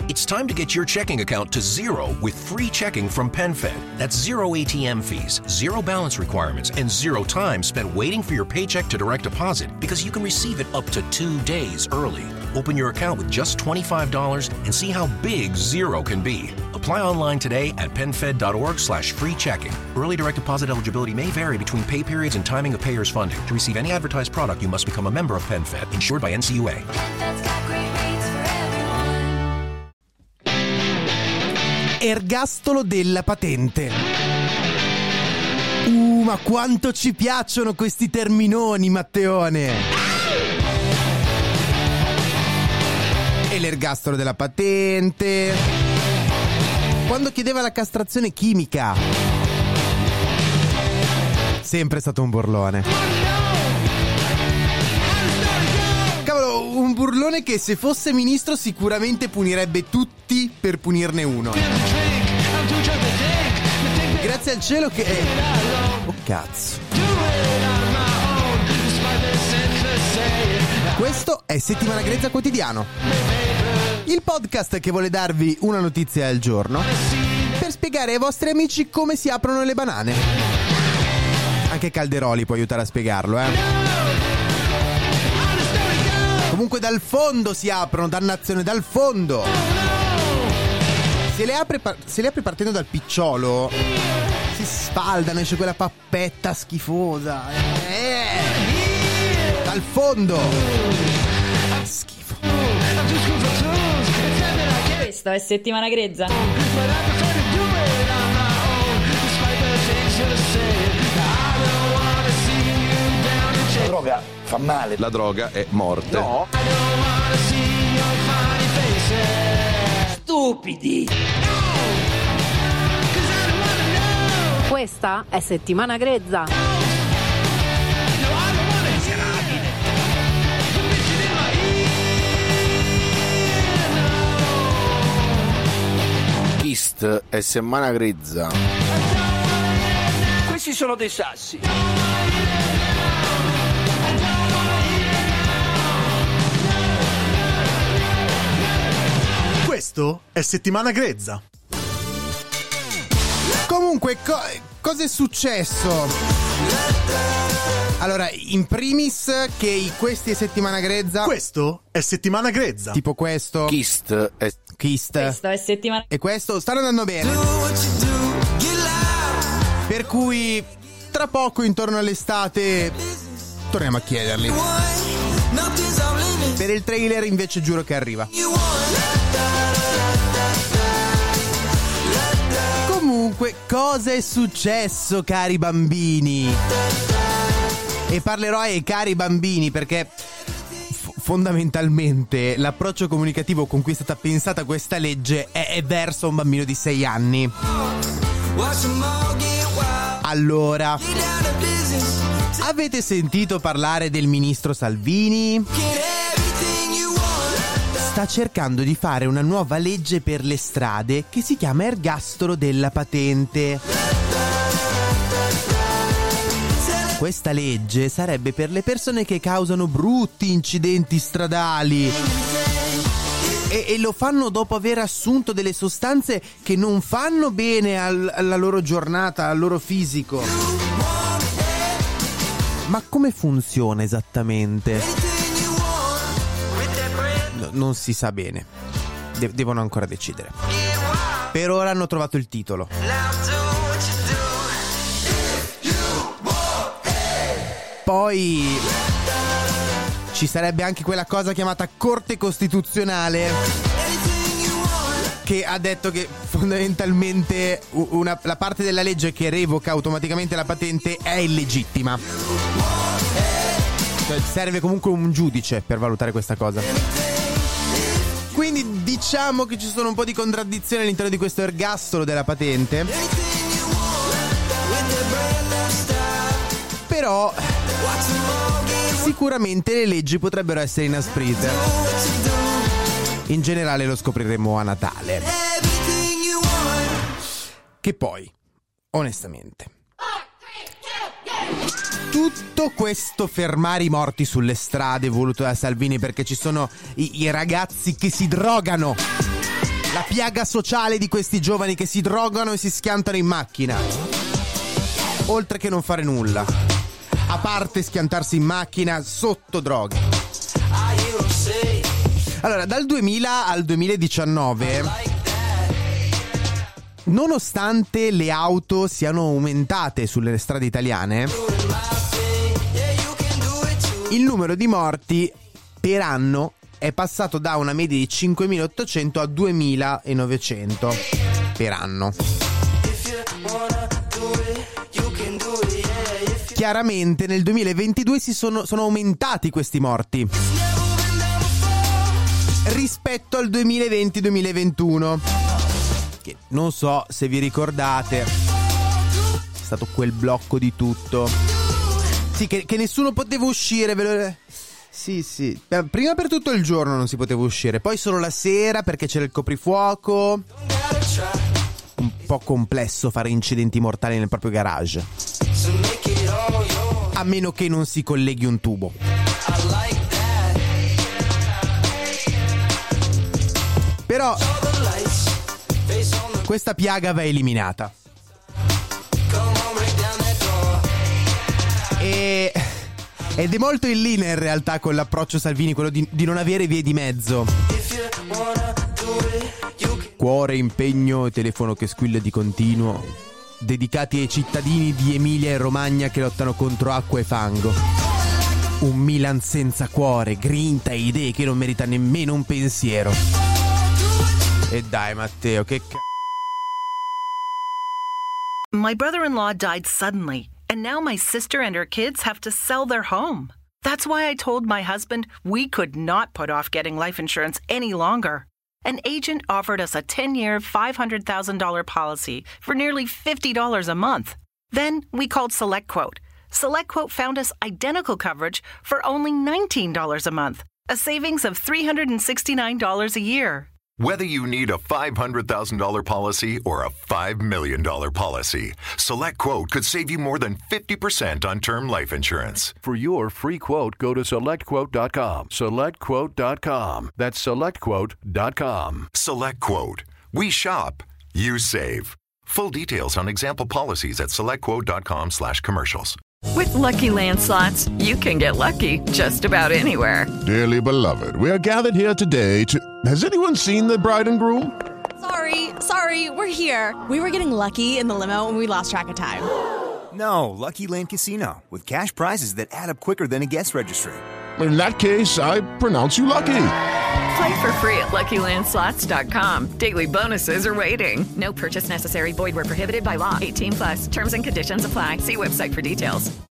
It's time to get your checking account to zero with free checking from PenFed. That's zero ATM fees, zero balance requirements, and zero time spent waiting for your paycheck to direct deposit because you can receive it up to 2 days early. Open your account with just $25 and see how big zero can be. Apply online today at PenFed.org/free checking. Early direct deposit eligibility may vary between pay periods and timing of payers' funding. To receive any advertised product, you must become a member of PenFed, insured by NCUA. Ergastolo della patente. Ma quanto ci piacciono questi terminoni, Matteone. E l'ergastolo della patente. Quando chiedeva la castrazione chimica. Sempre stato un burlone. Cavolo, un burlone che se fosse ministro sicuramente punirebbe tutti per punirne uno. Grazie al cielo che... Oh cazzo. Questo è Settimana Grezza Quotidiano, il podcast che vuole darvi una notizia al giorno per spiegare ai vostri amici come si aprono le banane. Anche Calderoli può aiutare a spiegarlo, Comunque dal fondo si aprono, dannazione, dal fondo. Se le apri partendo dal picciolo, si sfaldano, esce quella pappetta schifosa. Dal fondo. Schifo. Questo è Settimana Grezza. La droga fa male. La droga è morte. No. Stupidi. Questa è Settimana Grezza. Ist è Settimana Grezza. Questi sono dei sassi. Questo è Settimana Grezza. Comunque, cosa è successo? Allora, in primis che questi è Settimana Grezza. Questo è Settimana Grezza. Tipo questo. Kist è... Questo è Settimana. E questo stanno andando bene. Per cui tra poco, intorno all'estate, torniamo a chiederli. Per il trailer invece giuro che arriva. Comunque, cosa è successo, cari bambini? E parlerò ai cari bambini perché fondamentalmente l'approccio comunicativo con cui è stata pensata questa legge è verso un bambino di 6 anni. Allora, avete sentito parlare del ministro Salvini? Sta cercando di fare una nuova legge per le strade che si chiama ergastolo della patente. Questa legge sarebbe per le persone che causano brutti incidenti stradali e lo fanno dopo aver assunto delle sostanze che non fanno bene alla loro giornata, al loro fisico. Ma come funziona esattamente? Non si sa bene. Devono ancora decidere. Per ora hanno trovato il titolo. Poi ci sarebbe anche quella cosa chiamata Corte Costituzionale, che ha detto che fondamentalmente la parte della legge che revoca automaticamente la patente è illegittima. Cioè, serve comunque un giudice per valutare questa cosa. Quindi diciamo che ci sono un po' di contraddizioni all'interno di questo ergastolo della patente. Però sicuramente le leggi potrebbero essere inasprite. In generale lo scopriremo a Natale. Che poi, onestamente, tutto questo fermare i morti sulle strade voluto da Salvini perché ci sono i ragazzi che si drogano La piaga sociale di questi giovani che si drogano e si schiantano in macchina. Oltre che non fare nulla. A parte schiantarsi in macchina sotto droghe. Allora, dal 2000 al 2019, nonostante le auto siano aumentate sulle strade italiane, il numero di morti per anno è passato da una media di 5.800 a 2.900 per anno. Chiaramente nel 2022 sono aumentati questi morti rispetto al 2020-2021, che non so se vi ricordate, è stato quel blocco di tutto. Sì, che nessuno poteva uscire. Sì. Prima per tutto il giorno non si poteva uscire, poi solo la sera perché c'era il coprifuoco. Un po' complesso fare incidenti mortali nel proprio garage, a meno che non si colleghi un tubo. Però questa piaga va eliminata. Ed è molto in linea in realtà con l'approccio Salvini, quello di non avere vie di mezzo. Cuore, impegno e telefono che squilla di continuo, dedicati ai cittadini di Emilia e Romagna che lottano contro acqua e fango. Un Milan senza cuore, grinta e idee che non merita nemmeno un pensiero. E dai Matteo, che My brother-in-law died suddenly, and now my sister and her kids have to sell their home. That's why I told my husband we could not put off getting life insurance any longer. An agent offered us a 10-year, $500,000 policy for nearly $50 a month. Then we called SelectQuote. SelectQuote found us identical coverage for only $19 a month, a savings of $369 a year. Whether you need a $500,000 policy or a $5 million policy, SelectQuote could save you more than 50% on term life insurance. For your free quote, go to SelectQuote.com. SelectQuote.com. That's SelectQuote.com. SelectQuote. We shop, you save. Full details on example policies at SelectQuote.com/commercials. With Lucky Land Slots, you can get lucky just about anywhere. Dearly beloved, we are gathered here today to... Has anyone seen the bride and groom? Sorry, we're here. We were getting lucky in the limo and we lost track of time. No, Lucky Land Casino, with cash prizes that add up quicker than a guest registry. In that case, I pronounce you lucky. Play for free at LuckyLandSlots.com. Daily bonuses are waiting. No purchase necessary. Void where prohibited by law. 18+. Terms and conditions apply. See website for details.